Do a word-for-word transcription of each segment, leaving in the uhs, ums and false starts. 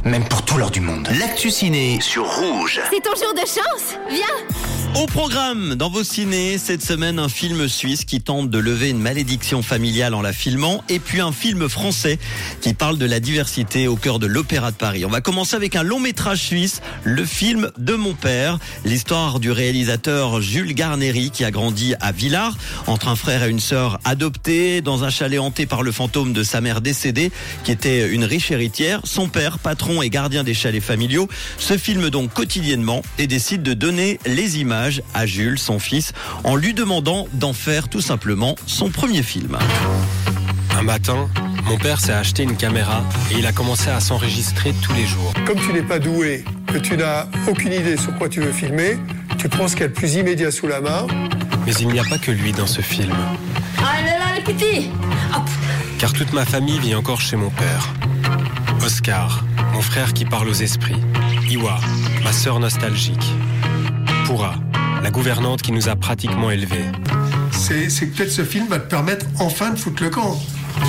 même pour tout l'or du monde. L'actu ciné sur Rouge. C'est ton jour de chance, viens. Au programme, dans vos cinés, cette semaine, un film suisse qui tente de lever une malédiction familiale en la filmant, et puis un film français qui parle de la diversité au cœur de l'Opéra de Paris. On va commencer avec un long métrage suisse, le film de mon père, l'histoire du réalisateur Jules Garnéry qui a grandi à Villars, entre un frère et une sœur adoptés, dans un chalet hanté par le fantôme de sa mère décédée, qui était une riche héritière, son père, patron et gardien des chalets familiaux, se filme donc quotidiennement et décide de donner les images à Jules, son fils, en lui demandant d'en faire tout simplement son premier film. Un matin, mon père s'est acheté une caméra et il a commencé à s'enregistrer tous les jours. Comme tu n'es pas doué, que tu n'as aucune idée sur quoi tu veux filmer, tu prends ce qu'il y a de plus immédiat sous la main. Mais il n'y a pas que lui dans ce film. Ah là là, les petits. Hop. Car toute ma famille vit encore chez mon père. Oscar, mon frère qui parle aux esprits. Iwa, ma sœur nostalgique. Poura, la gouvernante qui nous a pratiquement élevés. C'est, c'est que peut-être ce film va te permettre enfin de foutre le camp.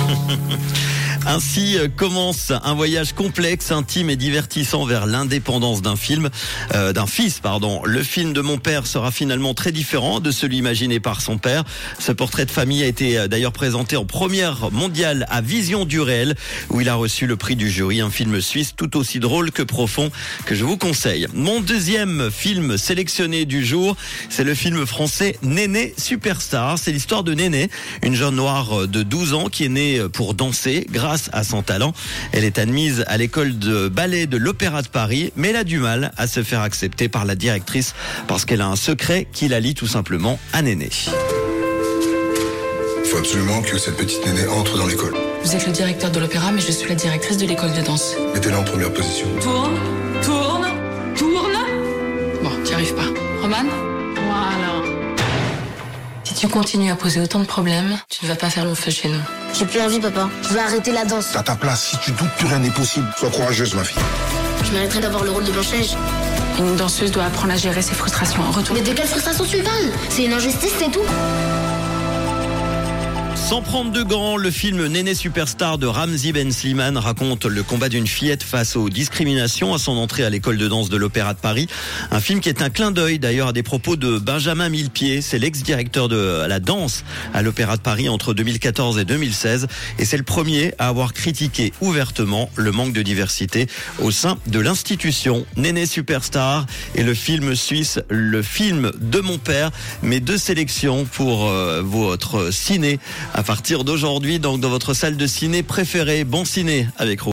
Ainsi commence un voyage complexe, intime et divertissant vers l'indépendance d'un film, euh, d'un fils, pardon. Le film de mon père sera finalement très différent de celui imaginé par son père. Ce portrait de famille a été d'ailleurs présenté en première mondiale à Vision du réel, où il a reçu le prix du jury. Un film suisse tout aussi drôle que profond que je vous conseille. Mon deuxième film sélectionné du jour, c'est le film français Néné Superstar. C'est l'histoire de Néné, une jeune noire de douze ans qui est née pour danser grâce à son talent. Elle est admise à l'école de ballet de l'Opéra de Paris, mais elle a du mal à se faire accepter par la directrice parce qu'elle a un secret qui la lie tout simplement à Néné. Il faut absolument que cette petite Néné entre dans l'école. Vous êtes le directeur de l'opéra, mais je suis la directrice de l'école de danse. Mettez-la en première position. Tourne, tourne, tourne. Bon, t'y arrives pas. Romane ? Voilà. Si tu continues à poser autant de problèmes, tu ne vas pas faire long feu chez nous. J'ai plus envie, papa. Je veux arrêter la danse. À ta place, si tu doutes, plus rien n'est possible. Sois courageuse, ma fille. Je mériterais d'avoir le rôle de Blanche-Neige. Une danseuse doit apprendre à gérer ses frustrations. Retourne. Mais de quelle frustration tu parles ? C'est une injustice, c'est tout. Sans prendre de gants, le film Néné Superstar de Ramzy Ben Slimane raconte le combat d'une fillette face aux discriminations à son entrée à l'école de danse de l'Opéra de Paris. Un film qui est un clin d'œil d'ailleurs à des propos de Benjamin Millepied. C'est l'ex-directeur de la danse à l'Opéra de Paris entre deux mille quatorze et deux mille seize. Et c'est le premier à avoir critiqué ouvertement le manque de diversité au sein de l'institution. Néné Superstar et le film suisse, le film de mon père. Mes deux sélections pour euh, votre ciné à partir d'aujourd'hui, donc dans votre salle de ciné préférée. Bon ciné avec Rouge.